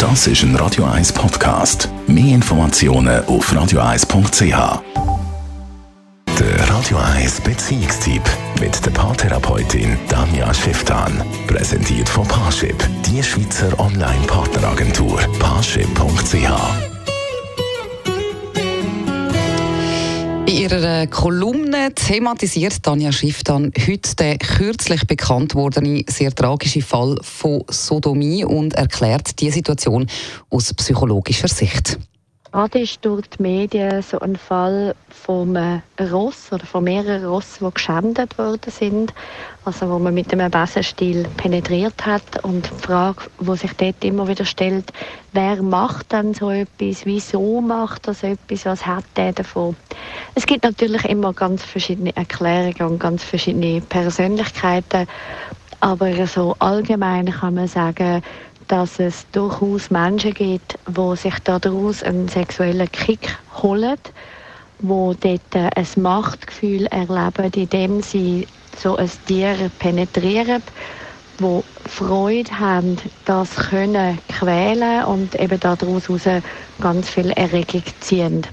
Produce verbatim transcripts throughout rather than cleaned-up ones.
Das ist ein Radio eins Podcast. Mehr Informationen auf radio eins punkt c h. Der Radio eins Beziehungstyp mit der Paartherapeutin Danja Schifftan. Präsentiert von Parship, die Schweizer Online-Partneragentur. Parship punkt c h. In ihrer Kolumne thematisiert Danja Schifftan heute den kürzlich bekannt gewordenen sehr tragischen Fall von Sodomie und erklärt die Situation aus psychologischer Sicht. Gerade ist durch die Medien so ein Fall von einem Ross oder von mehreren Rossen, die geschändet worden sind. Also wo man mit einem Besenstiel penetriert hat. Und die Frage, die sich dort immer wieder stellt, wer macht dann so etwas, wieso macht er so etwas, was hat der davon? Es gibt natürlich immer ganz verschiedene Erklärungen und ganz verschiedene Persönlichkeiten. Aber so allgemein kann man sagen, dass es durchaus Menschen gibt, die sich daraus einen sexuellen Kick holen, die dort ein Machtgefühl erleben, indem sie so ein Tier penetrieren, die Freude haben, das können quälen und eben daraus ganz viel Erregung ziehen.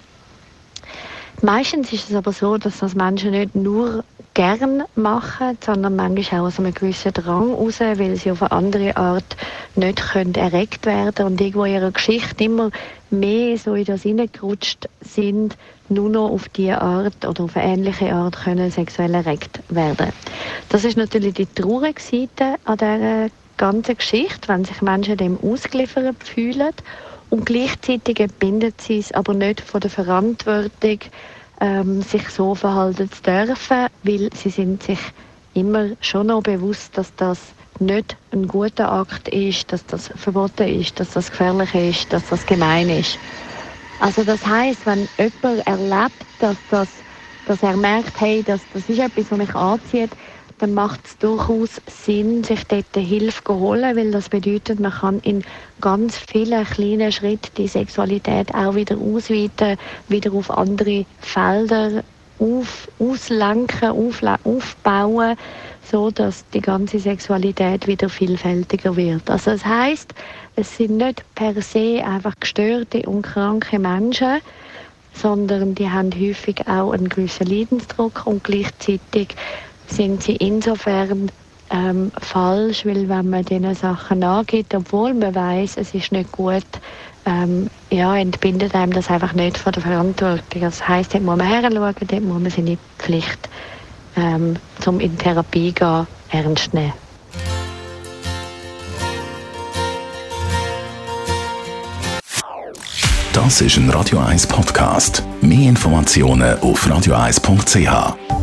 Meistens ist es aber so, dass das Menschen nicht nur gern machen, sondern manchmal auch aus einem gewissen Drang heraus, weil sie auf eine andere Art nicht können erregt werden und irgendwo in ihrer Geschichte immer mehr so in das hineingerutscht sind, nur noch auf diese Art oder auf eine ähnliche Art können sexuell erregt werden. Das ist natürlich die traurige Seite an dieser ganzen Geschichte, wenn sich Menschen dem ausgeliefert fühlen und gleichzeitig entbinden sie es aber nicht von der Verantwortung, ähm, sich so verhalten zu dürfen, weil sie sind sich immer schon noch bewusst, dass das nicht ein guter Akt ist, dass das verboten ist, dass das gefährlich ist, dass das gemein ist. Also das heisst, wenn jemand erlebt, dass, das, dass er merkt, hey, das, das ist etwas, was mich anzieht, dann macht es durchaus Sinn, sich dort Hilfe zu holen, weil das bedeutet, man kann in ganz vielen kleinen Schritten die Sexualität auch wieder ausweiten, wieder auf andere Felder auf, auslenken, aufla- aufbauen, so dass die ganze Sexualität wieder vielfältiger wird. Also das heisst, es sind nicht per se einfach gestörte und kranke Menschen, sondern die haben häufig auch einen gewissen Leidensdruck und gleichzeitig sind sie insofern ähm, falsch, weil wenn man diesen Sachen nachgeht, obwohl man weiß, es ist nicht gut, ähm, ja, entbindet einem das einfach nicht von der Verantwortung. Das heisst, dort muss man hinschauen, dort muss man seine Pflicht ähm, zum in Therapie gehen, ernst nehmen. Das ist ein Radio eins Podcast. Mehr Informationen auf radio eins punkt c h.